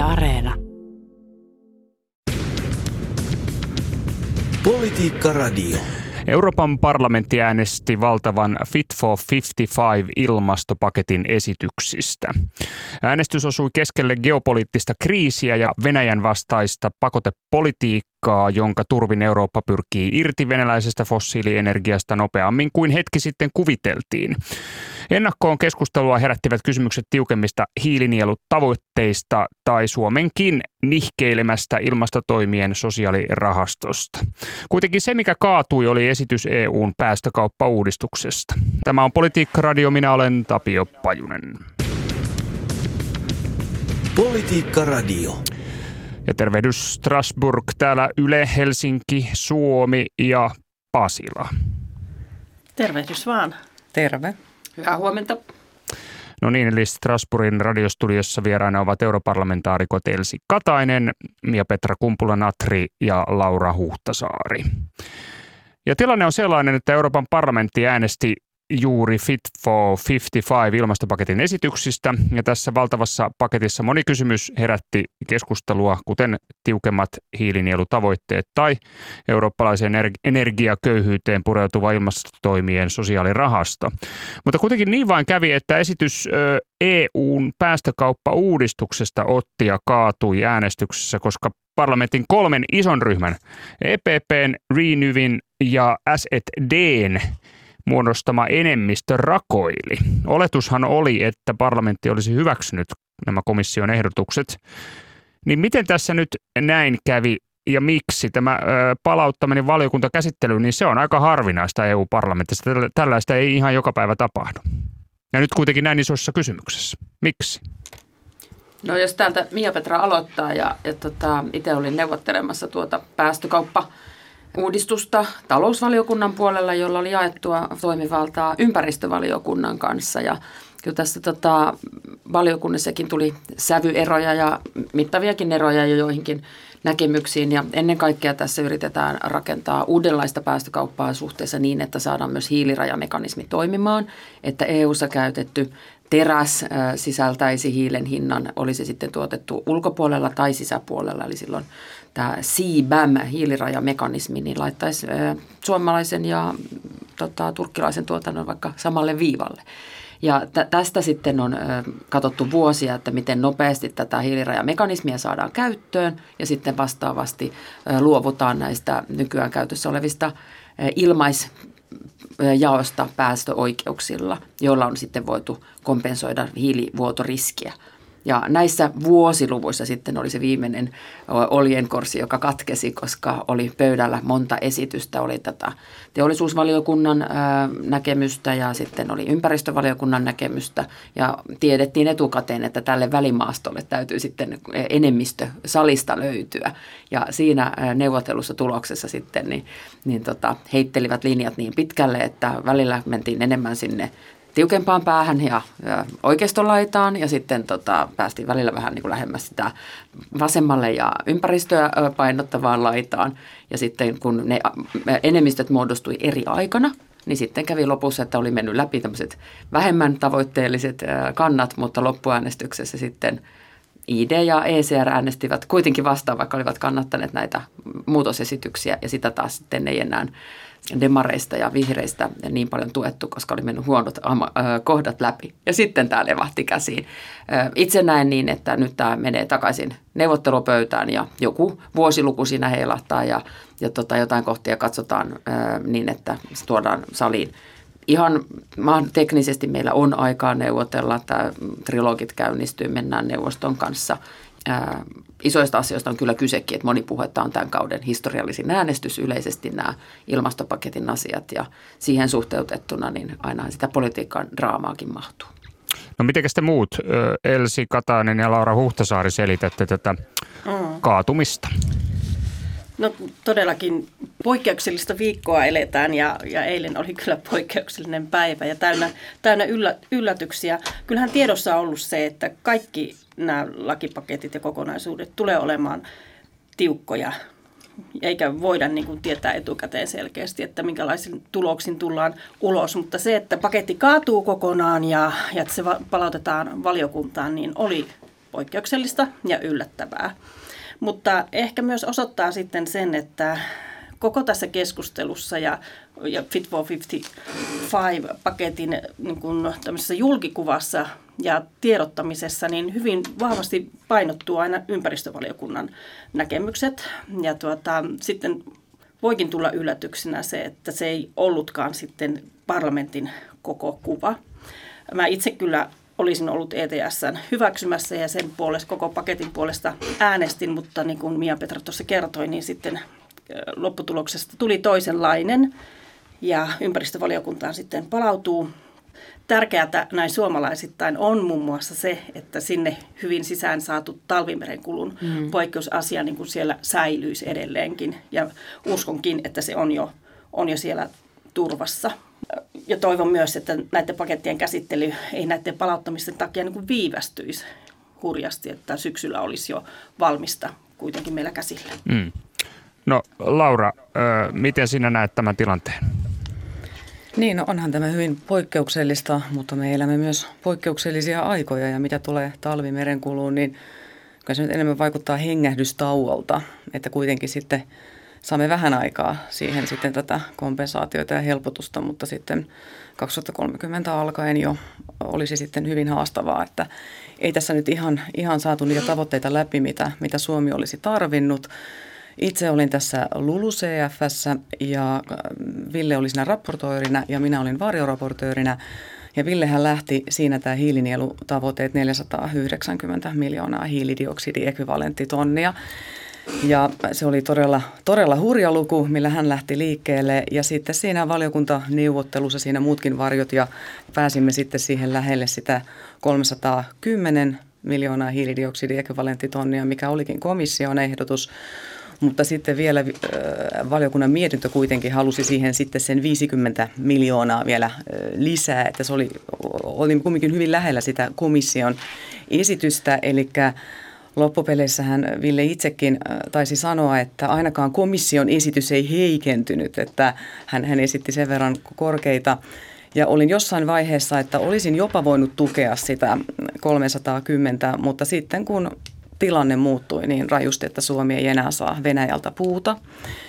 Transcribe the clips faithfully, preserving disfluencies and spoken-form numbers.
Areena. Politiikka Radio. Euroopan parlamentti äänesti valtavan Fit for viisikymmentäviisi-ilmastopaketin esityksistä. Äänestys osui keskelle geopoliittista kriisiä ja Venäjän vastaista pakotepolitiikkaa, jonka turvin Eurooppa pyrkii irti venäläisestä fossiilienergiasta nopeammin kuin hetki sitten kuviteltiin. Ennakkoon keskustelua herättivät kysymykset tiukemmista hiilinielutavoitteista tai Suomenkin nihkeilemästä ilmastotoimien sosiaalirahastosta. Kuitenkin se, mikä kaatui, oli esitys E U:n päästökauppauudistuksesta. Tämä on Politiikka Radio, minä olen Tapio Pajunen. Politiikka Radio. Ja tervehdys Strasbourg, täällä Yle, Helsinki, Suomi ja Pasila. Tervehdys vaan. Terve. Hyvää huomenta. No niin, eli Strasbourgin radiostudiossa vieraana ovat europarlamentaarikot Elsi Katainen, Mia-Petra Kumpula-Natri ja Laura Huhtasaari. Ja tilanne on sellainen, että Euroopan parlamentti äänesti juuri Fit for viisikymmentäviisi ilmastopaketin esityksistä, ja tässä valtavassa paketissa moni kysymys herätti keskustelua, kuten tiukemmat hiilinielutavoitteet tai eurooppalaiseen energiaköyhyyteen pureutuva ilmastotoimien sosiaalirahasto. Mutta kuitenkin niin vain kävi, että esitys E U:n päästökauppauudistuksesta otti ja kaatui äänestyksessä, koska parlamentin kolmen ison ryhmän, E P P:n, Renewin ja S D D:n muodostama enemmistö rakoili. Oletushan oli, että parlamentti olisi hyväksynyt nämä komission ehdotukset. Niin miten tässä nyt näin kävi ja miksi? Tämä ö, palauttaminen valiokuntakäsittelyyn, niin se on aika harvinaista E U-parlamentissa. Tällaista ei ihan joka päivä tapahdu. Ja nyt kuitenkin näin isossa kysymyksessä. Miksi? No jos täältä Mia-Petra aloittaa ja, ja tota, itse olin neuvottelemassa tuota päästökauppa uudistusta talousvaliokunnan puolella, jolla oli jaettua toimivaltaa ympäristövaliokunnan kanssa. Ja kyllä tässä tota, valiokunnissakin tuli sävyeroja ja mittaviakin eroja jo joihinkin näkemyksiin. Ja ennen kaikkea tässä yritetään rakentaa uudenlaista päästökauppaa suhteessa niin, että saadaan myös hiilirajamekanismi toimimaan, että E U:ssa käytetty teräs sisältäisi hiilen hinnan, olisi sitten tuotettu ulkopuolella tai sisäpuolella, eli silloin tämä C B A M, hiilirajamekanismi, niin laittaisi suomalaisen ja tota, turkkilaisen tuotannon vaikka samalle viivalle. Ja tä- tästä sitten on ö, katsottu vuosia, että miten nopeasti tätä hiilirajamekanismia saadaan käyttöön ja sitten vastaavasti ö, luovutaan näistä nykyään käytössä olevista ö, ilmaisjaosta päästöoikeuksilla, joilla on sitten voitu kompensoida hiilivuotoriskiä. Ja näissä vuosiluvuissa sitten oli se viimeinen oljenkorsi, joka katkesi, koska oli pöydällä monta esitystä. Oli tätä teollisuusvaliokunnan näkemystä ja sitten oli ympäristövaliokunnan näkemystä. Ja tiedettiin etukäteen, että tälle välimaastolle täytyy sitten enemmistö salista löytyä. Ja siinä neuvottelussa tuloksessa sitten niin, niin tota, heittelivät linjat niin pitkälle, että välillä mentiin enemmän sinne tiukempaan päähän ja, ja oikeistolaitaan ja sitten tota, päästiin välillä vähän niin kuin lähemmäs sitä vasemmalle ja ympäristöä painottavaan laitaan. Ja sitten kun ne enemmistöt muodostui eri aikana, niin sitten kävi lopussa, että oli mennyt läpi tämmöiset vähemmän tavoitteelliset kannat, mutta loppuäänestyksessä sitten I D ja E C R äänestivät kuitenkin vastaan, vaikka olivat kannattaneet näitä muutosesityksiä ja sitä taas sitten ei enää demareista ja vihreistä niin paljon tuettu, koska oli mennyt huonot kohdat läpi. Ja sitten tämä levahti käsiin. Itse näen niin, että nyt tämä menee takaisin neuvottelupöytään ja joku vuosiluku siinä heilahtaa ja, ja tota, jotain kohtia katsotaan niin, että se tuodaan saliin. Ihan teknisesti meillä on aikaa neuvotella, että trilogit käynnistyy, mennään neuvoston kanssa. Ää, isoista asioista on kyllä kysekin, että moni puhetta on tämän kauden historiallisin äänestys, yleisesti nämä ilmastopaketin asiat ja siihen suhteutettuna niin aina sitä politiikan draamaakin mahtuu. No mitenkäs te muut, Elsi Katainen ja Laura Huhtasaari, selitätte tätä mm. kaatumista? No todellakin poikkeuksellista viikkoa eletään ja, ja eilen oli kyllä poikkeuksellinen päivä ja täynnä, täynnä yllä, yllätyksiä. Kyllähän tiedossa on ollut se, että kaikki nämä lakipaketit ja kokonaisuudet tulee olemaan tiukkoja, eikä voida niin kuin tietää etukäteen selkeästi, että minkälaisin tuloksin tullaan ulos. Mutta se, että paketti kaatuu kokonaan ja, ja että se palautetaan valiokuntaan, niin oli poikkeuksellista ja yllättävää. Mutta ehkä myös osoittaa sitten sen, että koko tässä keskustelussa ja, ja Fit for viisikymmentäviisi-paketin niin kuin tämmöisessä julkikuvassa ja tiedottamisessa niin hyvin vahvasti painottuu aina ympäristövaliokunnan näkemykset. Ja tuota, sitten voikin tulla yllätyksenä se, että se ei ollutkaan sitten parlamentin koko kuva. Mä itse kyllä olisin ollut E T S:n hyväksymässä ja sen puolesta, koko paketin puolesta äänestin, mutta niin kuin Mia-Petra tuossa kertoi, niin sitten lopputuloksesta tuli toisenlainen ja ympäristövaliokuntaan sitten palautuu. Tärkeää näin suomalaisittain on muun muassa se, että sinne hyvin sisään saatu talvimerenkulun mm. poikkeusasia niin kuin siellä säilyisi edelleenkin. Ja uskonkin, että se on jo, on jo siellä turvassa. Ja toivon myös, että näiden pakettien käsittely ei näiden palauttamisten takia niin kuin viivästyisi hurjasti, että syksyllä olisi jo valmista kuitenkin meillä käsillä. Mm. No Laura, miten sinä näet tämän tilanteen? Niin, no onhan tämä hyvin poikkeuksellista, mutta me elämme myös poikkeuksellisia aikoja ja mitä tulee talvimerenkuluun, niin kyllä se nyt enemmän vaikuttaa hengähdystauolta, että kuitenkin sitten saamme vähän aikaa siihen sitten tätä kompensaatiota ja helpotusta, mutta sitten kaksituhattakolmekymmentä alkaen jo olisi sitten hyvin haastavaa, että ei tässä nyt ihan, ihan saatu niitä tavoitteita läpi, mitä, mitä Suomi olisi tarvinnut. Itse olin tässä LULUCF:ssä ja Ville oli siinä raportöörinä ja minä olin varjoraportöörinä. Ja Villehän lähti siinä tämä hiilinielutavoite, neljäsataayhdeksänkymmentä miljoonaa hiilidioksidiekvivalenttitonnia. Ja se oli todella, todella hurja luku, millä hän lähti liikkeelle. Ja sitten siinä valiokuntaneuvottelussa siinä muutkin varjot ja pääsimme sitten siihen lähelle sitä kolmesataakymmenen miljoonaa hiilidioksidiekvivalenttitonnia, mikä olikin komission ehdotus. Mutta sitten vielä äh, valiokunnan mietintö kuitenkin halusi siihen sitten sen viisikymmentä miljoonaa vielä äh, lisää, että se oli, oli kuitenkin hyvin lähellä sitä komission esitystä, eli loppupeleissähän Ville itsekin äh, taisi sanoa, että ainakaan komission esitys ei heikentynyt, että hän, hän esitti sen verran korkeita. Ja olin jossain vaiheessa, että olisin jopa voinut tukea sitä kolmesataakymmentä, mutta sitten kun tilanne muuttui niin rajusti, että Suomi ei enää saa Venäjältä puuta.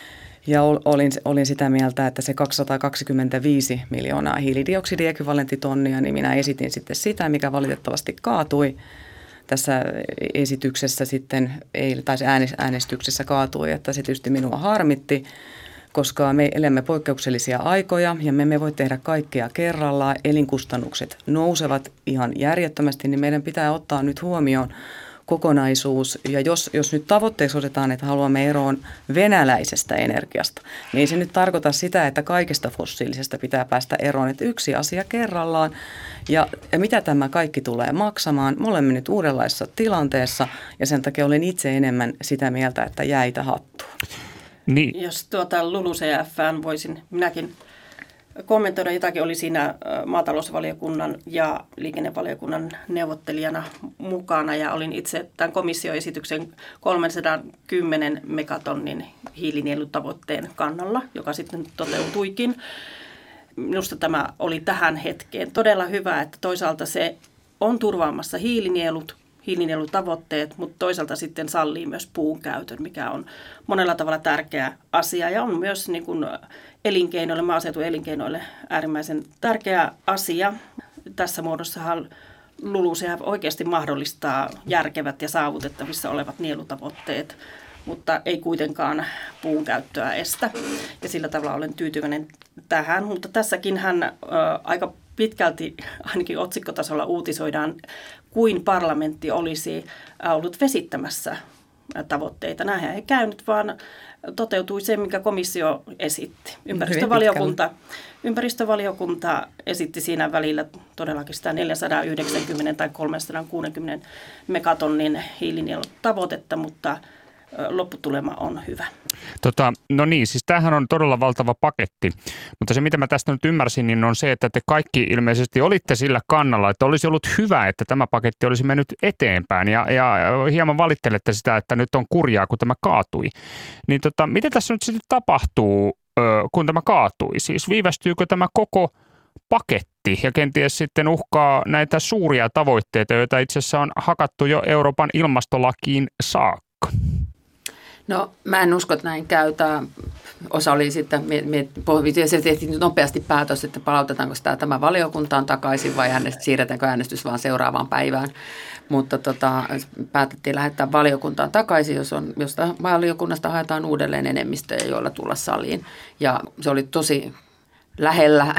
Ja olin, olin sitä mieltä, että se kaksisataakaksikymmentäviisi miljoonaa hiilidioksidiekvivalenttitonnia, niin minä esitin sitten sitä, mikä valitettavasti kaatui. Tässä esityksessä sitten, tai äänestyksessä kaatui, että se tietysti minua harmitti, koska me elämme poikkeuksellisia aikoja ja me emme voi tehdä kaikkea kerrallaan. Elinkustannukset nousevat ihan järjettömästi, niin meidän pitää ottaa nyt huomioon kokonaisuus. Ja jos, jos nyt tavoitteeksi otetaan, että haluamme eroon venäläisestä energiasta, niin ei se nyt tarkoita sitä, että kaikesta fossiilisesta pitää päästä eroon. Että yksi asia kerrallaan. Ja, ja mitä tämä kaikki tulee maksamaan? Me olemme nyt uudenlaisessa tilanteessa ja sen takia olen itse enemmän sitä mieltä, että jäitä hattuun. Niin. Jos tuota LULUCF:ään voisin minäkin kommentoida jotakin, oli siinä maatalousvaliokunnan ja liikennevaliokunnan neuvottelijana mukana ja olin itse tämän komissioesityksen kolmesataakymmenen megatonnin hiilinielutavoitteen kannalla, joka sitten toteutuikin. Minusta tämä oli tähän hetkeen todella hyvä, että toisaalta se on turvaamassa hiilinielut, hiilinielutavoitteet, mutta toisaalta sitten sallii myös puun käytön, mikä on monella tavalla tärkeä asia ja on myös niin kuin elinkeinoille, maaseutuelinkeinoille äärimmäisen tärkeä asia. Tässä muodossahan LULUCF oikeasti mahdollistaa järkevät ja saavutettavissa olevat nielutavoitteet, mutta ei kuitenkaan puun käyttöä estä. Ja sillä tavalla olen tyytyväinen tähän, mutta tässäkin hän ä, aika pitkälti ainakin otsikkotasolla uutisoidaan, kuin parlamentti olisi ollut vesittämässä tavoitteita. Näinhän ei käynyt, vaan toteutui se, mikä komissio esitti. Ympäristövaliokunta, ympäristövaliokunta esitti siinä välillä todellakin sitä neljäsataayhdeksänkymmentä tai kolmesataakuusikymmentä megatonnin hiilinielutavoitetta, mutta lopputulema on hyvä. Tota, no niin, siis tämähän on todella valtava paketti, mutta se mitä mä tästä nyt ymmärsin, niin on se, että te kaikki ilmeisesti olitte sillä kannalla, että olisi ollut hyvä, että tämä paketti olisi mennyt eteenpäin ja, ja hieman valittelette sitä, että nyt on kurjaa, kun tämä kaatui. Niin tota, mitä tässä nyt sitten tapahtuu, kun tämä kaatui? Siis viivästyykö tämä koko paketti ja kenties sitten uhkaa näitä suuria tavoitteita, joita itse asiassa on hakattu jo Euroopan ilmastolakiin saakka? No mä en usko, että näin käy. Tämä osa oli sitten, se tehtiin nopeasti päätös, että palautetaanko sitä tämä valiokuntaan takaisin vai äänest, siirretäänkö äänestys vaan seuraavaan päivään. Mutta tota, päätettiin lähettää valiokuntaan takaisin, jos on, josta valiokunnasta haetaan uudelleen enemmistöjä, joilla tulla saliin. Ja se oli tosi lähellä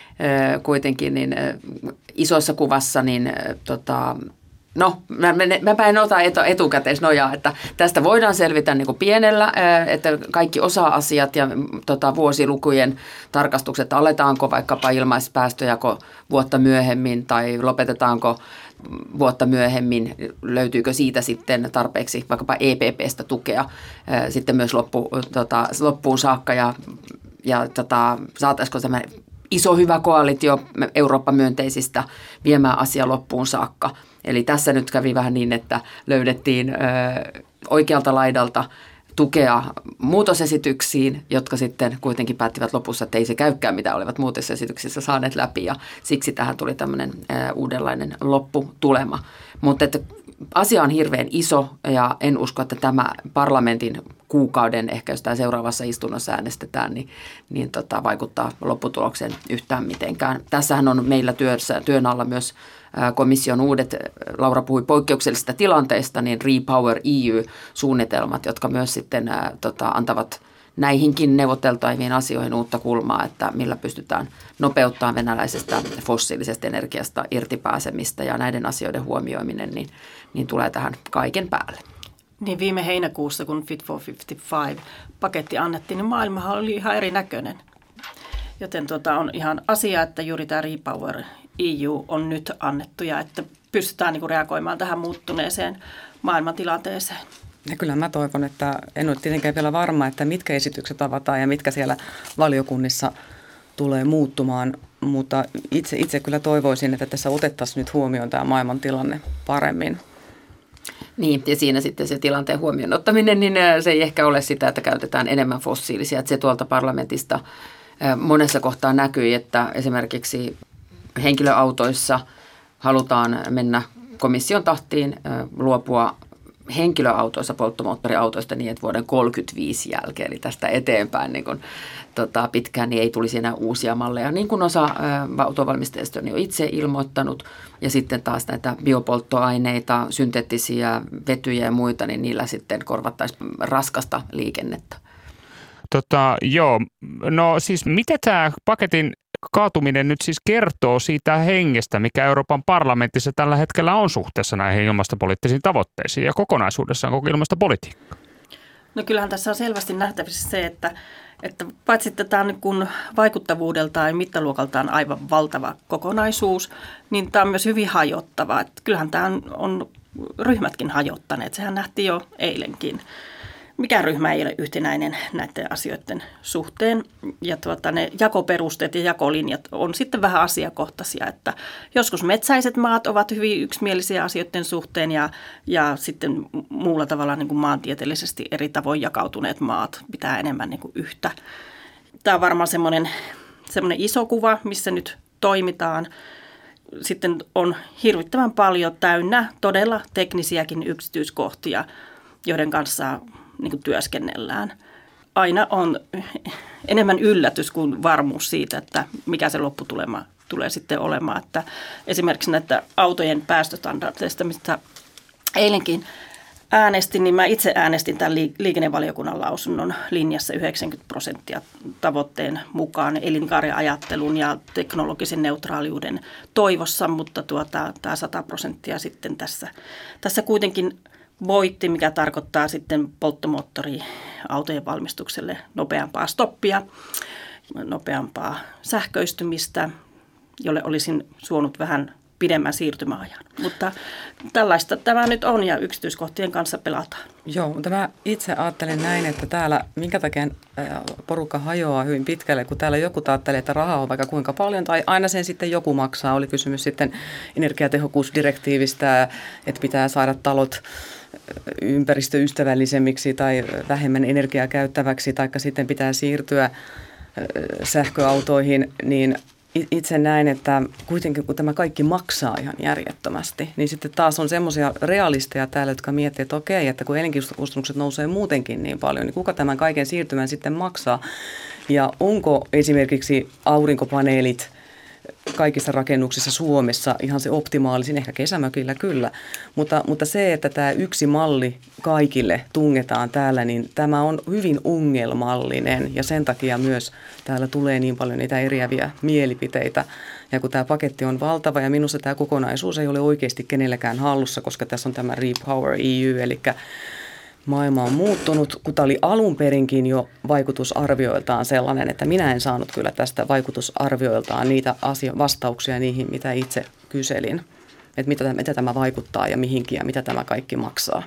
kuitenkin niin isossa kuvassa, niin tota, no, mä, mä en ota etu, etukäteisnojaa, että tästä voidaan selvitä niin kuin pienellä, että kaikki osa-asiat ja tota, vuosilukujen tarkastukset, aletaanko vaikkapa ilmaispäästöjako vuotta myöhemmin tai lopetetaanko vuotta myöhemmin, löytyykö siitä sitten tarpeeksi vaikkapa E P P:stä tukea sitten myös loppu, tota, loppuun saakka ja, ja tota, saataisiko tämä iso hyvä koalitio Eurooppa-myönteisistä viemään asia loppuun saakka. Eli tässä nyt kävi vähän niin, että löydettiin ö, oikealta laidalta tukea muutosesityksiin, jotka sitten kuitenkin päättivät lopussa, että ei se käykään, mitä olivat muutosesityksissä saaneet läpi. Ja siksi tähän tuli tämmöinen ö, uudenlainen lopputulema. Mutta että asia on hirveän iso ja en usko, että tämä parlamentin kuukauden, ehkä jos tämä seuraavassa istunnossa äänestetään, niin, niin tota, vaikuttaa lopputulokseen yhtään mitenkään. Tässähän on meillä työssä, työn alla myös komission uudet, Laura puhui poikkeuksellisista tilanteista, niin Repower E U-suunnitelmat, jotka myös sitten ää, tota, antavat näihinkin neuvoteltaviin asioihin uutta kulmaa, että millä pystytään nopeuttamaan venäläisestä fossiilisesta energiasta irtipääsemistä ja näiden asioiden huomioiminen, niin, niin tulee tähän kaiken päälle. Niin viime heinäkuussa, kun Fit for viisikymmentäviisi-paketti annettiin, niin maailmahan oli ihan erinäköinen. Joten tuota, on ihan asia, että juuri tämä Repower E U on nyt annettu ja että pystytään niin kuin reagoimaan tähän muuttuneeseen maailmantilanteeseen. Ja kyllä mä toivon, että en ole tietenkään vielä varma, että mitkä esitykset avataan ja mitkä siellä valiokunnissa tulee muuttumaan, mutta itse, itse kyllä toivoisin, että tässä otettaisiin nyt huomioon tämä maailmantilanne paremmin. Niin, ja siinä sitten se tilanteen huomioon ottaminen, niin se ei ehkä ole sitä, että käytetään enemmän fossiilisia. Että se tuolta parlamentista monessa kohtaa näkyi, että esimerkiksi henkilöautoissa halutaan mennä komission tahtiin luopua henkilöautoissa, polttomoottoriautoista niin, että vuoden kolmekymmentäviisi jälkeen, eli tästä eteenpäin niin kun, tota, pitkään, niin ei tulisi enää uusia malleja. Niin kuin osa ä, autovalmistajista on jo itse ilmoittanut, ja sitten taas näitä biopolttoaineita, synteettisiä vetyjä ja muita, niin niillä sitten korvattaisiin raskasta liikennettä. Tota, joo, no siis mitä tämä paketin kaatuminen nyt siis kertoo siitä hengestä, mikä Euroopan parlamentissa tällä hetkellä on suhteessa näihin ilmastopoliittisiin tavoitteisiin ja kokonaisuudessaan koko ilmastopolitiikka? No kyllähän tässä on selvästi nähtävissä se, että, että paitsi että tämä on niin kuin vaikuttavuudeltaan ja mittaluokaltaan aivan valtava kokonaisuus, niin tämä on myös hyvin hajottava. Että kyllähän tämä on, on ryhmätkin hajottaneet, sehän nähtiin jo eilenkin. Mikään ryhmä ei ole yhtenäinen näiden asioiden suhteen ja tuota, ne jakoperusteet ja jakolinjat on sitten vähän asiakohtaisia, että joskus metsäiset maat ovat hyvin yksimielisiä asioiden suhteen ja, ja sitten muulla tavalla niin kuin maantieteellisesti eri tavoin jakautuneet maat pitää enemmän niin kuin yhtä. Tämä on varmaan semmoinen, semmoinen iso kuva, missä nyt toimitaan. Sitten on hirvittävän paljon täynnä todella teknisiäkin yksityiskohtia, joiden kanssa niin kuin työskennellään. Aina on enemmän yllätys kuin varmuus siitä, että mikä se lopputulema tulee sitten olemaan. Että esimerkiksi näitä autojen päästöstandardeista, mistä eilenkin äänestin, niin mä itse äänestin tämän liikennevaliokunnan lausunnon linjassa yhdeksänkymmentä prosenttia tavoitteen mukaan elinkaariajattelun ja teknologisen neutraaliuden toivossa, mutta tuota, tämä sata prosenttia sitten tässä, tässä kuitenkin voitti, mikä tarkoittaa sitten polttomoottoriautojen valmistukselle nopeampaa stoppia, nopeampaa sähköistymistä, jolle olisin suonut vähän pidemmän siirtymäajan. Mutta tällaista tämä nyt on ja yksityiskohtien kanssa pelataan. Joo, mutta mä itse ajattelen näin, että täällä minkä takia porukka hajoaa hyvin pitkälle, kun täällä joku ajattelee, että rahaa on vaikka kuinka paljon, tai aina sen sitten joku maksaa. Oli kysymys sitten energiatehokkuusdirektiivistä, että pitää saada talot ympäristöystävällisemmiksi tai vähemmän energiaa käyttäväksi, taikka sitten pitää siirtyä sähköautoihin, niin itse näen, että kuitenkin kun tämä kaikki maksaa ihan järjettömästi, niin sitten taas on semmoisia realisteja täällä, jotka miettii, että okei, että kun elinkustannukset nousee muutenkin niin paljon, niin kuka tämän kaiken siirtymän sitten maksaa? Ja onko esimerkiksi aurinkopaneelit kaikissa rakennuksissa Suomessa ihan se optimaalisin, ehkä kesämökillä kyllä, mutta, mutta se, että tämä yksi malli kaikille tungetaan täällä, niin tämä on hyvin ongelmallinen ja sen takia myös täällä tulee niin paljon niitä eriäviä mielipiteitä. Ja kun tämä paketti on valtava ja minusta tämä kokonaisuus ei ole oikeasti kenelläkään hallussa, koska tässä on tämä Repower E U, eli maailma on muuttunut, kun tämä oli alun perinkin jo vaikutusarvioiltaan sellainen, että minä en saanut kyllä tästä vaikutusarvioiltaan niitä asio- vastauksia niihin, mitä itse kyselin. Että mitä, mitä tämä vaikuttaa ja mihinkin ja mitä tämä kaikki maksaa.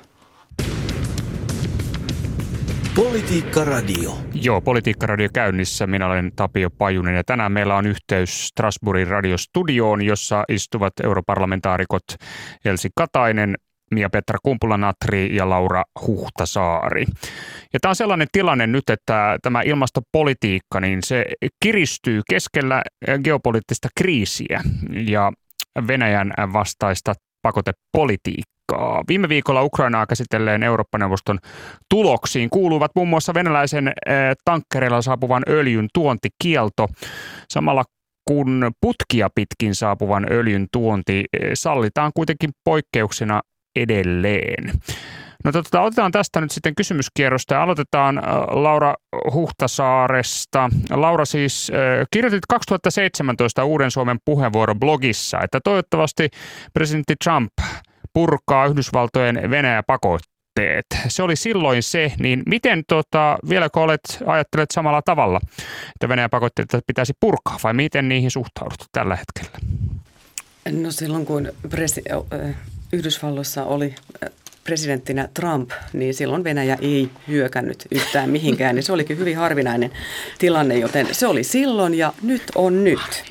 Politiikka Radio. Joo, Politiikka Radio käynnissä. Minä olen Tapio Pajunen ja tänään meillä on yhteys Strasbourgin radiostudioon, jossa istuvat europarlamentaarikot Elsi Katainen, Mia-Petra Kumpula-Natri ja Laura Huhtasaari. Ja tämä on sellainen tilanne nyt, että tämä ilmastopolitiikka, niin se kiristyy keskellä geopoliittista kriisiä ja Venäjän vastaista pakotepolitiikkaa. Viime viikolla Ukrainaa käsitelleen Eurooppa-neuvoston tuloksiin kuuluivat muun muassa venäläisen tankkereilla saapuvan öljyn tuontikielto, samalla kun putkia pitkin saapuvan öljyn tuonti sallitaan kuitenkin poikkeuksena edelleen. No tota, otetaan tästä nyt sitten kysymyskierrosta ja aloitetaan äh, Laura Huhtasaaresta. Laura, siis äh, kirjoitit kaksituhattaseitsemäntoista Uuden Suomen puheenvuoro blogissa, että toivottavasti presidentti Trump purkaa Yhdysvaltojen Venäjä-pakotteet. Se oli silloin se, niin miten tota, vieläkö olet, ajattelet samalla tavalla, että Venäjä-pakotteita pitäisi purkaa vai miten niihin suhtaudut tällä hetkellä? No silloin kun presi- Yhdysvalloissa oli presidenttinä Trump, niin silloin Venäjä ei hyökännyt yhtään mihinkään. Niin se olikin hyvin harvinainen tilanne, joten se oli silloin ja nyt on nyt.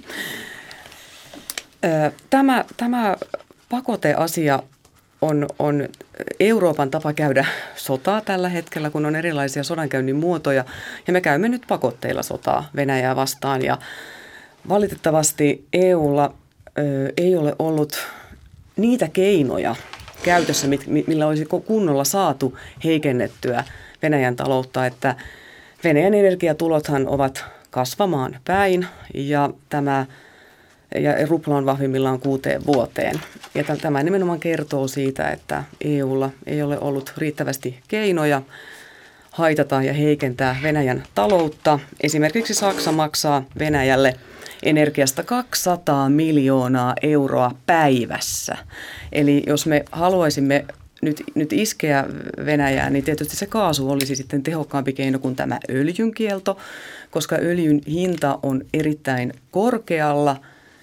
Tämä, tämä pakoteasia on, on Euroopan tapa käydä sotaa tällä hetkellä, kun on erilaisia sodankäynnin muotoja. Ja me käymme nyt pakotteilla sotaa Venäjää vastaan ja valitettavasti E U:lla ö, ei ole ollut niitä keinoja käytössä, millä olisi kunnolla saatu heikennettyä Venäjän taloutta, että Venäjän energiatulothan ovat kasvamaan päin ja tämä ja rupla on vahvimmillaan kuuteen vuoteen. Ja tämä nimenomaan kertoo siitä, että E U:lla ei ole ollut riittävästi keinoja haitata ja heikentää Venäjän taloutta. Esimerkiksi Saksa maksaa Venäjälle energiasta kaksisataa miljoonaa euroa päivässä. Eli jos me haluaisimme nyt, nyt iskeä Venäjää, niin tietysti se kaasu olisi sitten tehokkaampi keino kuin tämä öljyn kielto, koska öljyn hinta on erittäin korkealla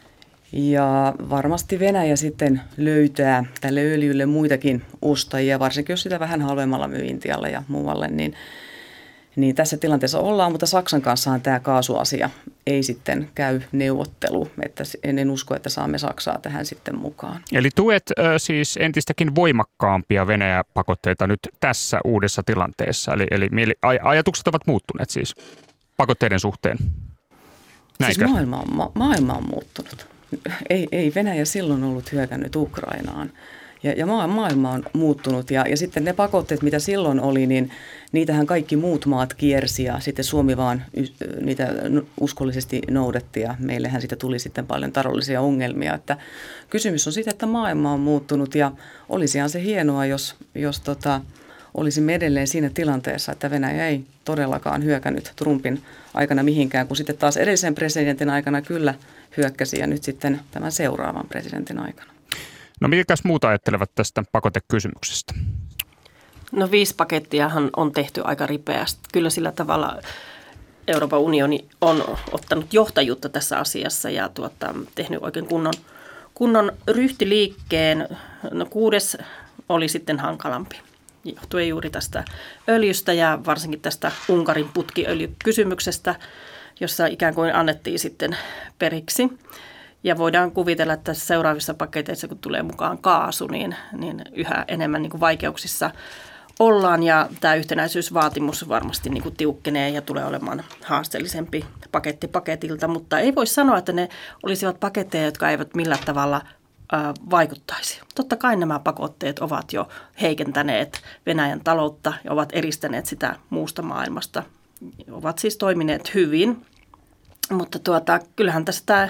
ja varmasti Venäjä sitten löytää tälle öljylle muitakin ostajia, varsinkin jos sitä vähän halvemmalla myy Intialle ja muualle, niin Niin tässä tilanteessa ollaan, mutta Saksan kanssahan tämä kaasuasia ei sitten käy neuvottelu, että en usko, että saamme Saksaa tähän sitten mukaan. Eli tuet äh, siis entistäkin voimakkaampia Venäjä-pakotteita nyt tässä uudessa tilanteessa, eli, eli mieli, aj, ajatukset ovat muuttuneet siis pakotteiden suhteen. Näinkö? Siis maailma on, ma, maailma on muuttunut. Ei, ei Venäjä silloin ollut hyökännyt Ukrainaan. Ja, ja maailma on muuttunut ja, ja sitten ne pakotteet, mitä silloin oli, niin niitähän kaikki muut maat kiersi ja sitten Suomi vaan niitä uskollisesti noudatti ja meillähän siitä tuli sitten paljon taloudellisia ongelmia. Että kysymys on siitä, että maailma on muuttunut ja olisihan se hienoa, jos, jos tota, olisimme edelleen siinä tilanteessa, että Venäjä ei todellakaan hyökännyt Trumpin aikana mihinkään, kun sitten taas edellisen presidentin aikana kyllä hyökkäsi ja nyt sitten tämän seuraavan presidentin aikana. No mitäkäs muuta ajattelevat tästä pakotekysymyksestä? No viisi pakettiahan on tehty aika ripeästi. Kyllä sillä tavalla Euroopan unioni on ottanut johtajuutta tässä asiassa ja tuota, tehnyt oikein kunnon, kunnon ryhtiliikkeen. No kuudes oli sitten hankalampi. Johtuen juuri tästä öljystä ja varsinkin tästä Unkarin putkiöljykysymyksestä, jossa ikään kuin annettiin sitten periksi. Ja voidaan kuvitella, että seuraavissa paketeissa, kun tulee mukaan kaasu, niin, niin yhä enemmän niin kuin vaikeuksissa ollaan ja tämä yhtenäisyysvaatimus varmasti niin kuin tiukkenee ja tulee olemaan haasteellisempi paketti paketilta, mutta ei voi sanoa, että ne olisivat paketteja, jotka eivät millään tavalla ää, vaikuttaisi. Totta kai nämä pakotteet ovat jo heikentäneet Venäjän taloutta ja ovat eristäneet sitä muusta maailmasta, ovat siis toimineet hyvin, mutta tuota, kyllähän tässä tämä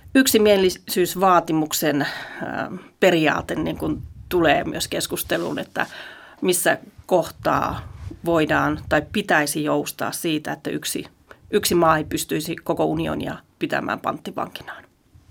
yksimielisyysvaatimuksen ää, periaate niin kuin tulee myös keskusteluun, että missä kohtaa voidaan tai pitäisi joustaa siitä, että yksi, yksi maa ei pystyisi koko unionia pitämään panttivankinaan.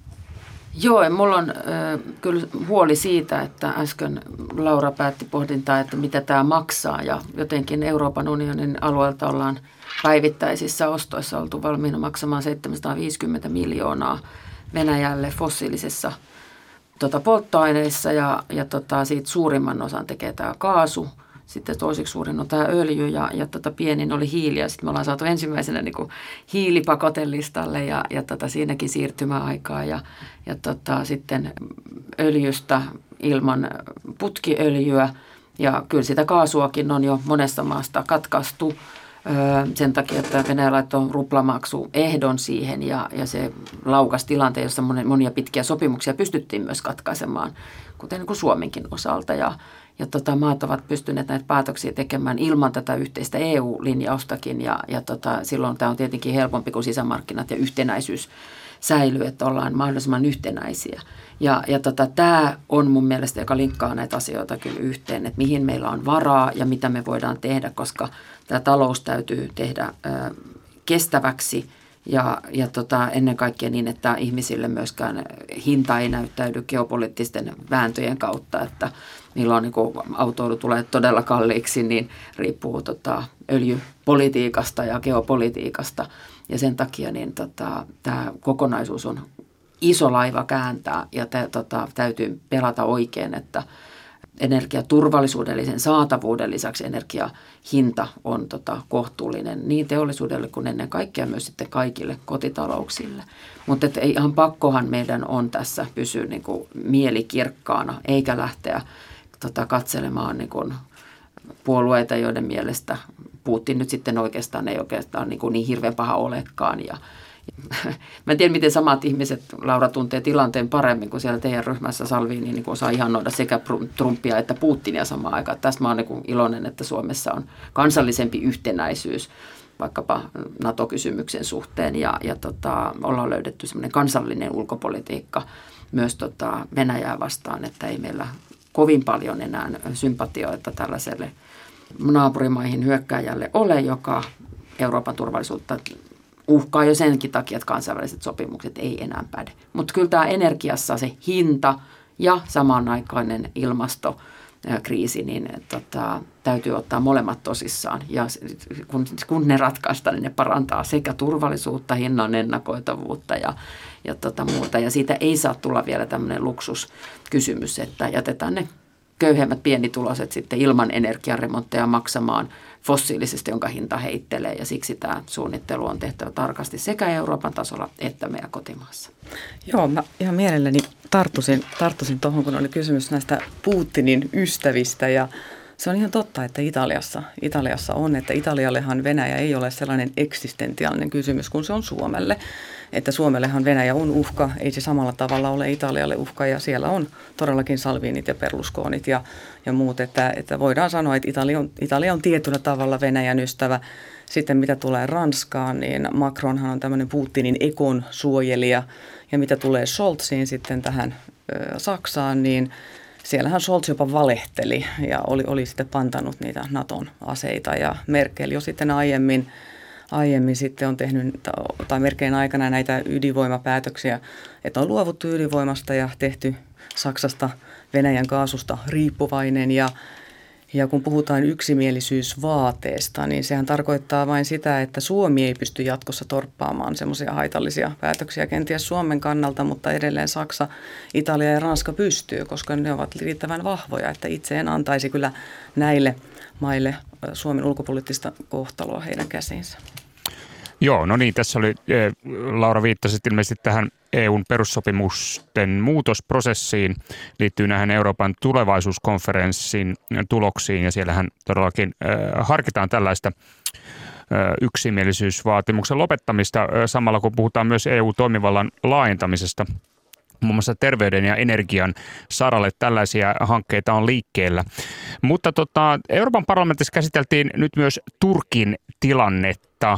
Joo, mulla on äh, kyllä huoli siitä, että äsken Laura päätti pohdintaa, että mitä tämä maksaa. Ja jotenkin Euroopan unionin alueelta ollaan päivittäisissä ostoissa oltu valmiina maksamaan seitsemänsataaviisikymmentä miljoonaa Venäjälle fossiilisessa tota, polttoaineissa ja, ja tota, siitä suurimman osan tekee tämä kaasu. Sitten toiseksi suurin on tämä öljy ja, ja tota, pienin oli hiili ja sitten me ollaan saatu ensimmäisenä niin kuin hiilipakotelistalle ja, ja tota, siinäkin siirtymäaikaa ja, ja tota, sitten öljystä ilman putkiöljyä ja kyllä sitä kaasuakin on jo monesta maasta katkaistu öö, sen takia, että Venäjä laittoi ruplamaksu ehdon siihen ja, ja se laukas tilanteen, jossa monia pitkiä sopimuksia pystyttiin myös katkaisemaan, kuten niin kuin Suomenkin osalta ja Ja tota, maat ovat pystyneet näitä päätöksiä tekemään ilman tätä yhteistä E U-linjaustakin ja, ja tota, silloin tämä on tietenkin helpompi kuin sisämarkkinat ja yhtenäisyys säilyy, että ollaan mahdollisimman yhtenäisiä. Ja, ja tota, tämä on mun mielestä, joka linkkaa näitä asioita kyllä yhteen, että mihin meillä on varaa ja mitä me voidaan tehdä, koska tämä talous täytyy tehdä ö, kestäväksi ja, ja tota, ennen kaikkea niin, että ihmisille myöskään hinta ei näyttäydy geopoliittisten vääntöjen kautta, että milloin niin autoilu tulee todella kalliiksi, niin riippuu tota, öljypolitiikasta ja geopolitiikasta. Ja sen takia niin, tota, tämä kokonaisuus on iso laiva kääntää ja tä, tota, täytyy pelata oikein, että energiaturvallisuuden eli sen saatavuuden lisäksi energiahinta on tota, kohtuullinen niin teollisuudelle kuin ennen kaikkea myös sitten kaikille kotitalouksille. Mutta ei ihan pakkohan meidän on tässä pysyä niin kuin mieli kirkkaana eikä lähteä tota, katselemaan niin kuin puolueita, joiden mielestä Putin nyt sitten oikeastaan ei oikeastaan niin, kuin niin hirveän paha olekaan. Ja, mä en tiedä, miten samat ihmiset, Laura, tuntee tilanteen paremmin kuin siellä teidän ryhmässä Salvini niin osaa ihannoida sekä Trumpia että Putinia samaan aikaan. Tästä mä oon niin iloinen, että Suomessa on kansallisempi yhtenäisyys vaikkapa NATO-kysymyksen suhteen ja, ja tota, ollaan löydetty semmoinen kansallinen ulkopolitiikka myös tota Venäjää vastaan, että ei meillä kovin paljon enää sympatioita tällaiselle naapurimaihin hyökkääjälle ole, joka Euroopan turvallisuutta uhkaa jo senkin takia, että kansainväliset sopimukset ei enää päde. Mutta kyllä tämä energiassa se hinta ja samanaikainen ilmastokriisi, niin tota, täytyy ottaa molemmat tosissaan. Ja kun, kun ne ratkaistaan, niin ne parantaa sekä turvallisuutta, hinnan ennakoitavuutta ja, ja tota muuta. Ja siitä ei saa tulla vielä tämmöinen luksuskysymys, että jätetään ne köyhemmät pienituloiset sitten ilman energiaremontteja maksamaan fossiilisesta, jonka hinta heittelee. Ja siksi tämä suunnittelu on tehtävä tarkasti sekä Euroopan tasolla että meidän kotimaassa. Joo, mä ihan mielelläni tarttusin, tarttusin tuohon, kun oli kysymys näistä Putinin ystävistä. Ja se on ihan totta, että Italiassa, Italiassa on, että Italiallehan Venäjä ei ole sellainen eksistentiaalinen kysymys kuin se on Suomelle. Että Suomellehan Venäjä on uhka, ei se samalla tavalla ole Italialle uhka ja siellä on todellakin Salvinit ja Berlusconit ja, ja muut. Että, että voidaan sanoa, että Italia on, Italia on tietyllä tavalla Venäjän ystävä. Sitten mitä tulee Ranskaan, niin Macronhan on tämmöinen Putinin ekon suojelija ja mitä tulee Scholziin sitten tähän ö, Saksaan, niin siellähän Scholz jopa valehteli ja oli, oli sitten pantanut niitä Naton aseita ja Merkel jo sitten aiemmin, aiemmin sitten on tehnyt, tai Merkelin aikana näitä ydinvoimapäätöksiä, että on luovuttu ydinvoimasta ja tehty Saksasta Venäjän kaasusta riippuvainen ja Ja kun puhutaan yksimielisyysvaateesta, niin sehän tarkoittaa vain sitä, että Suomi ei pysty jatkossa torppaamaan semmoisia haitallisia päätöksiä kenties Suomen kannalta, mutta edelleen Saksa, Italia ja Ranska pystyy, koska ne ovat riittävän vahvoja, että itse en antaisi kyllä näille maille Suomen ulkopoliittista kohtaloa heidän käsiinsä. Joo, no niin, tässä oli, Laura viittasit ilmeisesti tähän E U:n perussopimusten muutosprosessiin, liittyy näihin Euroopan tulevaisuuskonferenssin tuloksiin, ja siellähän todellakin äh, harkitaan tällaista äh, yksimielisyysvaatimuksen lopettamista, äh, samalla kun puhutaan myös E U-toimivallan laajentamisesta. Muun muassa terveyden ja energian saralle tällaisia hankkeita on liikkeellä. Mutta tota, Euroopan parlamentissa käsiteltiin nyt myös Turkin tilannetta,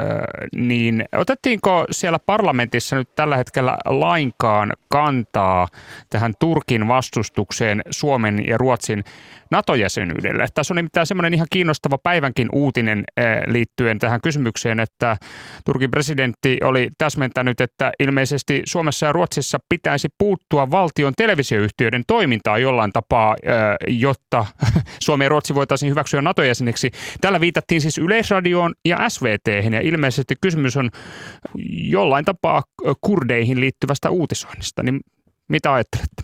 niin otettiinko siellä parlamentissa nyt tällä hetkellä lainkaan kantaa tähän Turkin vastustukseen Suomen ja Ruotsin NATO-jäsenyydelle? Tässä on nimittäin semmoinen ihan kiinnostava päivänkin uutinen liittyen tähän kysymykseen, että Turkin presidentti oli täsmentänyt, että ilmeisesti Suomessa ja Ruotsissa pitäisi puuttua valtion televisioyhtiöiden toimintaan jollain tapaa, jotta Suomi ja Ruotsi voitaisiin hyväksyä NATO-jäseniksi. Tällä viitattiin siis Yleisradioon ja S V T:hen, ja ilmeisesti kysymys on jollain tapaa kurdeihin liittyvästä uutisoinnista. Niin mitä ajattelette?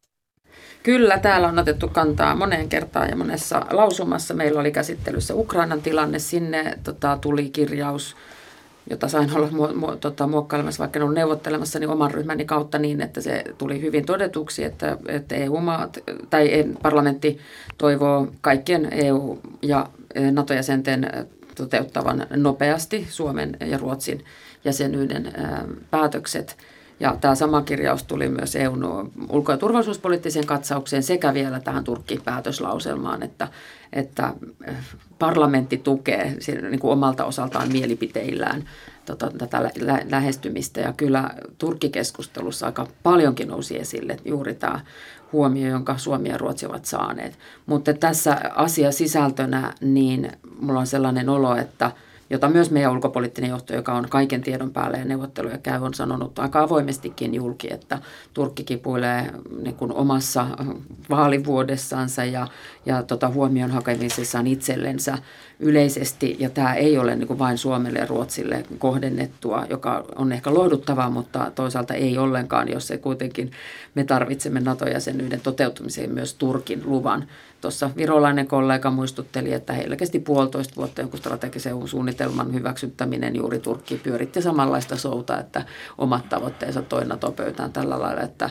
Kyllä, täällä on otettu kantaa moneen kertaan ja monessa lausumassa. Meillä oli käsittelyssä Ukrainan tilanne. Sinne tota, tuli kirjaus, jota sain olla mu- mu- tota, muokkailemassa, vaikka en ollut neuvottelemassa niin oman ryhmäni kautta niin, että se tuli hyvin todetuksi, että, että E U-maat tai parlamentti toivoo kaikkien E U- ja NATO-jäsenten toteuttavan nopeasti Suomen ja Ruotsin jäsenyyden päätökset. Ja tämä sama kirjaus tuli myös E U:n ulko- ja turvallisuuspoliittiseen katsaukseen sekä vielä tähän Turkki-päätöslauselmaan, että, että parlamentti tukee niin kuin omalta osaltaan mielipiteillään tota, tätä lä- lähestymistä. Ja kyllä Turkki-keskustelussa aika paljonkin nousi esille juuri tämä huomio, jonka Suomi ja Ruotsi ovat saaneet. Mutta tässä asiasisältönä niin mulla on sellainen olo, että jota myös meidän ulkopoliittinen johto, joka on kaiken tiedon päälle ja neuvotteluja käy, on sanonut aika avoimestikin julki, että Turkki kipuilee niin kuin omassa vaalivuodessansa ja, ja tota, huomion hakemisessaan itsellensä yleisesti. Ja tämä ei ole niin kuin vain Suomelle ja Ruotsille kohdennettua, joka on ehkä lohduttavaa, mutta toisaalta ei ollenkaan, jos se kuitenkin me tarvitsemme NATO-jäsenyyden toteutumiseen myös Turkin luvan. Tuossa virolainen kollega muistutteli, että heillä kesti puolitoista vuotta jonkun strategisen suunnitelman hyväksyttäminen. Juuri Turkki pyöritti samanlaista souta, että omat tavoitteensa toi NATO-pöytään tällä lailla, että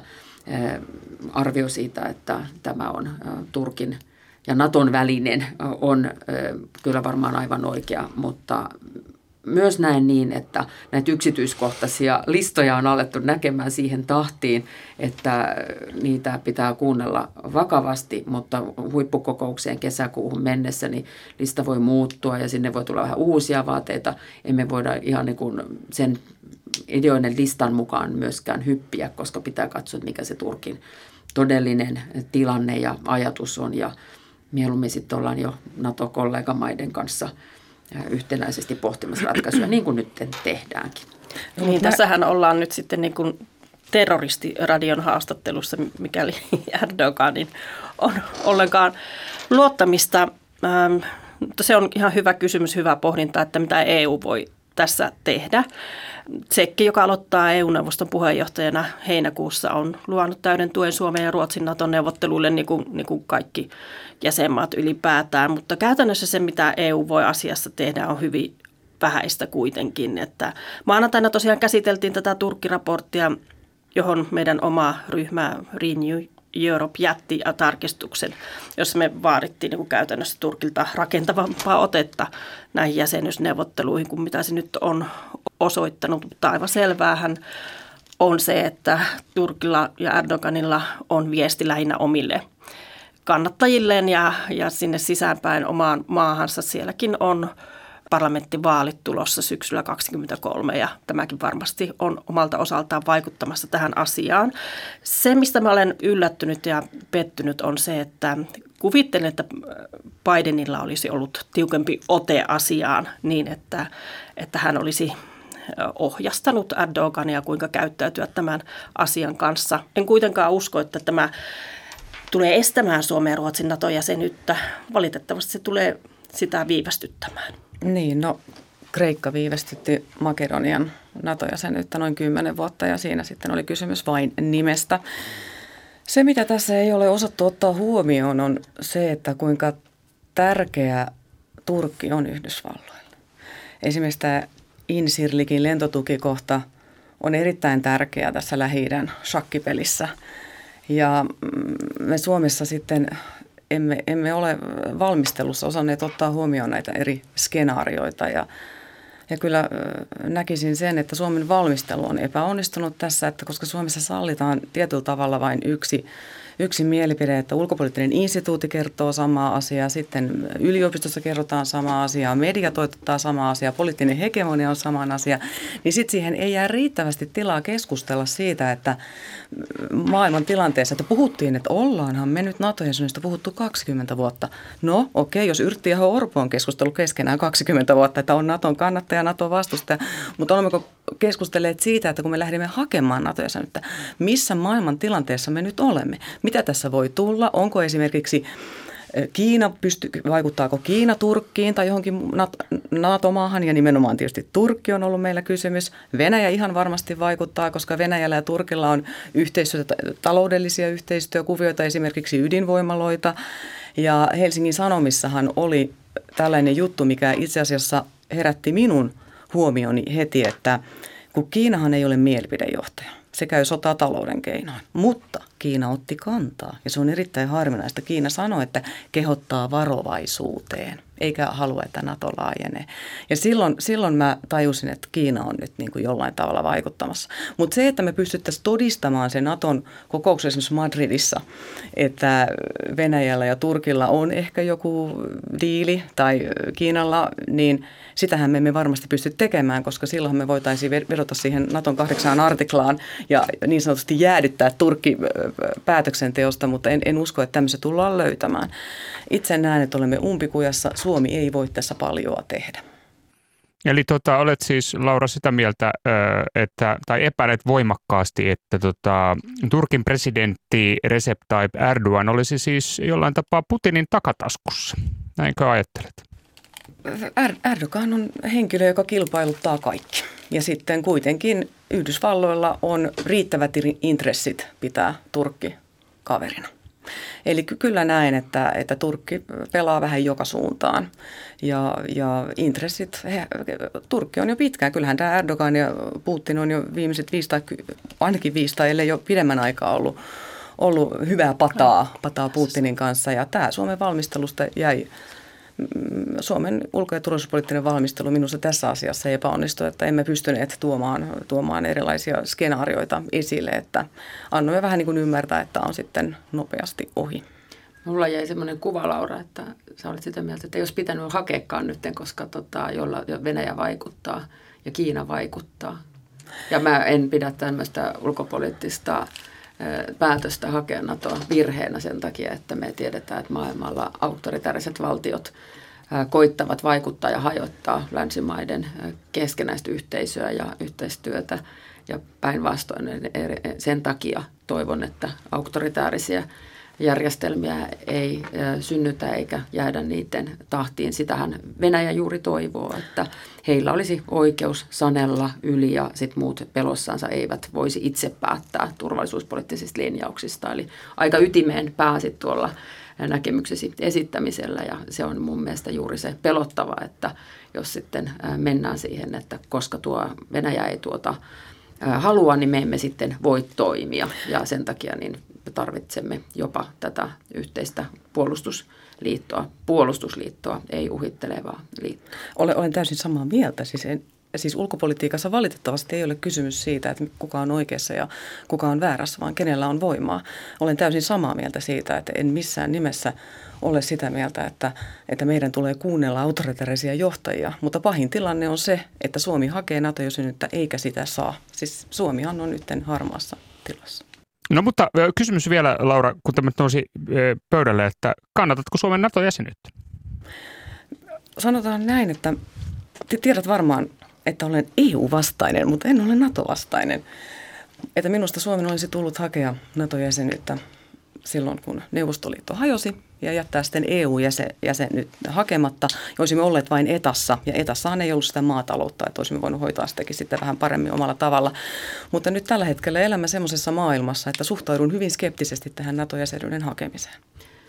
arvio siitä, että tämä on Turkin ja Naton välinen on kyllä varmaan aivan oikea, mutta myös näen niin, että näitä yksityiskohtaisia listoja on alettu näkemään siihen tahtiin, että niitä pitää kuunnella vakavasti, mutta huippukokoukseen kesäkuuhun mennessä niin lista voi muuttua ja sinne voi tulla vähän uusia vaateita. Emme voida ihan niin kuin sen ideoinen listan mukaan myöskään hyppiä, koska pitää katsoa, mikä se Turkin todellinen tilanne ja ajatus on, ja mieluummin sitten ollaan jo NATO-kollegamaiden kanssa yhtenäisesti pohtimassa ratkaisuja, niin kuin nyt tehdäänkin. No, niin, tässähän ollaan nyt sitten niin kuin terroristiradion haastattelussa, mikäli Erdoganin on ollenkaan luottamista. Ähm, mutta se on ihan hyvä kysymys, hyvä pohdinta, että mitä E U voi tässä tehdä. Tsekki, joka aloittaa E U-neuvoston puheenjohtajana heinäkuussa, on luvannut täyden tuen Suomen ja Ruotsin NATO-neuvotteluille, niin kuin, niin kuin kaikki jäsenmaat ylipäätään. Mutta käytännössä se, mitä E U voi asiassa tehdä, on hyvin vähäistä kuitenkin. Että maanantaina tosiaan käsiteltiin tätä Turkki-raporttia, johon meidän oma ryhmä Renew Europe jätti tarkistuksen, jossa me vaadittiin niin kuin käytännössä Turkilta rakentavampaa otetta näihin jäsenyysneuvotteluihin kuin mitä se nyt on osoittanut. Mutta aivan selväähän on se, että Turkilla ja Erdoganilla on viesti lähinnä omille kannattajilleen ja, ja sinne sisäänpäin omaan maahansa. Sielläkin on parlamenttivaalit tulossa syksyllä kaksikymmentäkolme ja tämäkin varmasti on omalta osaltaan vaikuttamassa tähän asiaan. Se, mistä mä olen yllättynyt ja pettynyt, on se, että kuvittelen, että Bidenilla olisi ollut tiukempi ote asiaan niin, että, että hän olisi ohjastanut Erdogania, kuinka käyttäytyä tämän asian kanssa. En kuitenkaan usko, että tämä tulee estämään Suomen ja Ruotsin NATO-jäsenyyttä. Valitettavasti se tulee sitä viivästyttämään. Niin, no Kreikka viivästytti Makedonian NATO-jäsenyyttä noin kymmenen vuotta ja siinä sitten oli kysymys vain nimestä. Se, mitä tässä ei ole osattu ottaa huomioon, on se, että kuinka tärkeä Turkki on Yhdysvalloille. Esimerkiksi tämä Insirlikin lentotukikohta on erittäin tärkeä tässä Lähi-idän shakkipelissä. Ja me Suomessa sitten emme, emme ole valmistelussa osanneet ottaa huomioon näitä eri skenaarioita. Ja, ja kyllä näkisin sen, että Suomen valmistelu on epäonnistunut tässä, että koska Suomessa sallitaan tietyllä tavalla vain yksi Yksi mielipide, että ulkopoliittinen instituutti kertoo samaa asiaa, sitten yliopistossa kerrotaan samaa asiaa, media toitottaa samaa asiaa, poliittinen hegemonia on sama asia, niin sitten siihen ei jää riittävästi tilaa keskustella siitä, että maailman tilanteessa, että puhuttiin, että ollaanhan me nyt NATO-jäsenyydestä puhuttu kaksikymmentä vuotta. No okei, jos Yrtti ja Orpo on keskustellut keskenään kaksikymmentä vuotta, että on Naton kannattaja, Naton vastustaja, mutta olemmeko keskustelleet siitä, että kun me lähdimme hakemaan NATO-jäsenyyttä, missä maailman tilanteessa me nyt olemme? Mitä tässä voi tulla? Onko esimerkiksi Kiina, pysty, vaikuttaako Kiina Turkkiin tai johonkin NATO-maahan, ja nimenomaan tietysti Turkki on ollut meillä kysymys. Venäjä ihan varmasti vaikuttaa, koska Venäjällä ja Turkilla on yhteistyötä, taloudellisia yhteistyökuvioita, esimerkiksi ydinvoimaloita. Ja Helsingin Sanomissahan oli tällainen juttu, mikä itse asiassa herätti minun huomioni heti, että kun Kiinahan ei ole mielipidejohtaja. Se käy sotaa talouden keinoin, mutta Kiina otti kantaa ja se on erittäin harvinaista. Kiina sanoi, että kehottaa varovaisuuteen eikä halua, että NATO laajenee. Ja silloin, silloin mä tajusin, että Kiina on nyt niin kuin jollain tavalla vaikuttamassa. Mutta se, että me pystyttäisiin todistamaan se Naton kokouksessa esimerkiksi Madridissa, että Venäjällä ja Turkilla on ehkä joku diili tai Kiinalla, niin sitähän me emme varmasti pysty tekemään, koska silloin me voitaisiin vedota siihen Naton kahdeksaan artiklaan ja niin sanotusti jäädyttää Turkki päätöksenteosta, mutta en, en usko, että tämmöistä tullaan löytämään. Itse näen, että olemme umpikujassa. Suomi ei voi tässä paljoa tehdä. Eli tota, olet siis, Laura, sitä mieltä, että, tai epäilet voimakkaasti, että tota, Turkin presidentti Recep Tayyip Erdogan olisi siis jollain tapaa Putinin takataskussa. Näinkö ajattelet? Erdogan on henkilö, joka kilpailuttaa kaikki. Ja sitten kuitenkin Yhdysvalloilla on riittävät intressit pitää Turkki kaverina. Eli kyllä näen, että, että Turkki pelaa vähän joka suuntaan ja, ja intressit, he, Turkki on jo pitkään, kyllähän tämä Erdogan ja Putin on jo viimeiset viisi tai ainakin viisi tai ellei jo pidemmän aikaa ollut, ollut hyvää pataa, pataa Putinin kanssa ja tämä Suomen valmistelusta jäi. Suomen ulko- ja turvallisuuspoliittinen valmistelu minusta tässä asiassa ei epäonnistu, että emme pystyneet tuomaan, tuomaan erilaisia skenaarioita esille, että annoimme vähän niin kuin ymmärtää, että on sitten nopeasti ohi. Mulla jäi semmoinen kuva, Laura, että sä olet sitä mieltä, että ei olisi pitänyt hakeakaan nyt, koska tota, jolla Venäjä vaikuttaa ja Kiina vaikuttaa. Ja mä en pidä tämmöistä ulkopoliittista päätöstä hakea NATOa virheenä sen takia, että me tiedetään, että maailmalla autoritaariset valtiot koittavat vaikuttaa ja hajottaa länsimaiden keskenäistä yhteisöä ja yhteistyötä. Ja päinvastoin sen takia toivon, että autoritaarisia järjestelmiä ei synnytä eikä jäädä niiden tahtiin. Sitähän Venäjä juuri toivoo, että heillä olisi oikeus sanella yli ja sitten muut pelossansa eivät voisi itse päättää turvallisuuspoliittisista linjauksista. Eli aika ytimeen pääsit tuolla näkemyksesi esittämisellä ja se on mun mielestä juuri se pelottava, että jos sitten mennään siihen, että koska tuo Venäjä ei tuota halua, niin me emme sitten voi toimia ja sen takia niin tarvitsemme jopa tätä yhteistä puolustusliittoa, puolustusliittoa, ei uhittelevaa liittoa. Olen, olen täysin samaa mieltä. Siis, en, siis ulkopolitiikassa valitettavasti ei ole kysymys siitä, että kuka on oikeassa ja kuka on väärässä, vaan kenellä on voimaa. Olen täysin samaa mieltä siitä, että en missään nimessä ole sitä mieltä, että, että meidän tulee kuunnella autoritaarisia johtajia. Mutta pahin tilanne on se, että Suomi hakee NATO-jäsenyyttä eikä sitä saa. Siis Suomihan on nyt harmaassa tilassa. No mutta kysymys vielä, Laura, kun tämä nousi pöydälle, että kannatatko Suomen NATO-jäsenyyttä? Sanotaan näin, että tiedät varmaan, että olen E U-vastainen, mutta en ole NATO-vastainen. Että minusta Suomen olisi tullut hakea NATO-jäsenyyttä silloin, kun Neuvostoliitto hajosi ja jättää sitten E U-jäsenyt hakematta. Ja olisimme olleet vain etassa, ja etassahan ei ollut sitä maataloutta, että olisimme voinut hoitaa sitäkin sitten vähän paremmin omalla tavalla. Mutta nyt tällä hetkellä elämme semmoisessa maailmassa, että suhtaudun hyvin skeptisesti tähän NATO-jäsenyyden hakemiseen.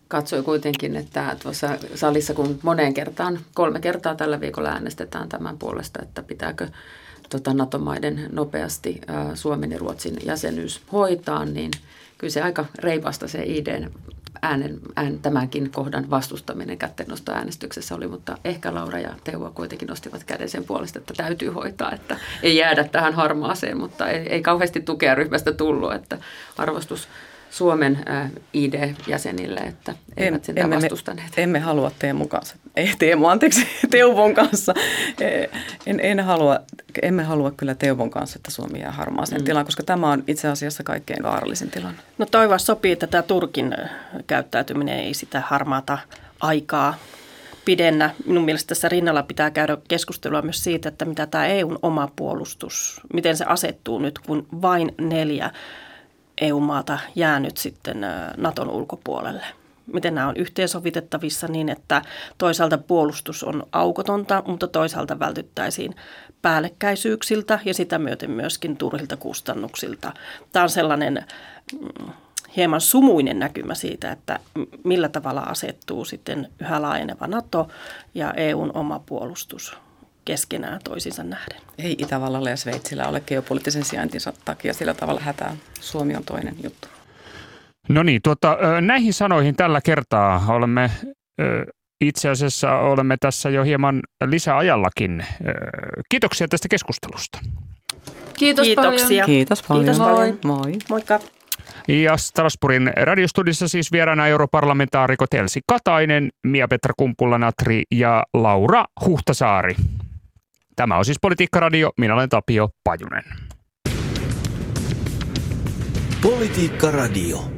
katsoi kuitenkin, että tuossa salissa kun moneen kertaan, kolme kertaa tällä viikolla äänestetään tämän puolesta, että pitääkö tota NATO-maiden nopeasti ää, Suomen ja Ruotsin jäsenyys hoitaa, niin kyllä se aika reipasta se I D:n äänen, ään, tämänkin kohdan vastustaminen kättennostoäänestyksessä oli, mutta ehkä Laura ja Teuvo kuitenkin nostivat käden sen puolesta, että täytyy hoitaa, että ei jäädä tähän harmaaseen, mutta ei, ei kauheasti tukea ryhmästä tullut, että arvostus Suomen ää, I D-jäsenille, että eivät sitä emme, vastustaneet. Me, emme halua Teemun kanssa, ei Teemu, anteeksi, Teuvon kanssa. En, en halua, emme halua kyllä Teuvon kanssa, että Suomi jää harmaaseen mm. tilaan, koska tämä on itse asiassa kaikkein vaarallisin tilanne. No toivoa sopii, että tämä Turkin käyttäytyminen ei sitä harmaata aikaa pidennä. Minun mielestä tässä rinnalla pitää käydä keskustelua myös siitä, että mitä tämä E U:n oma puolustus, miten se asettuu nyt, kun vain neljä E U-maata jäänyt sitten Naton ulkopuolelle. Miten nämä on yhteensovitettavissa niin, että toisaalta puolustus on aukotonta, mutta toisaalta vältyttäisiin päällekkäisyyksiltä ja sitä myöten myöskin turhilta kustannuksilta. Tämä on sellainen mm, hieman sumuinen näkymä siitä, että millä tavalla asettuu sitten yhä laajeneva NATO ja E U:n oma puolustus keskenään toisiinsa nähden. Ei Itävallalla ja Sveitsillä ole geopoliittisen sijaintinsa takia sillä tavalla hätää. Suomi on toinen juttu. No niin, tuota, näihin sanoihin tällä kertaa olemme itse asiassa olemme tässä jo hieman lisäajallakin. Kiitoksia tästä keskustelusta. Kiitos Kiitoksia. paljon. Kiitos paljon. Kiitos paljon. Moi. Moikka. Ja Strasbourgin radiostudissa siis vieraana europarlamentaarikot Elsi Katainen, Mia-Petra Kumpula-Natri ja Laura Huhtasaari. Tämä on siis Politiikka-radio. Minä olen Tapio Pajunen. Politiikka-radio.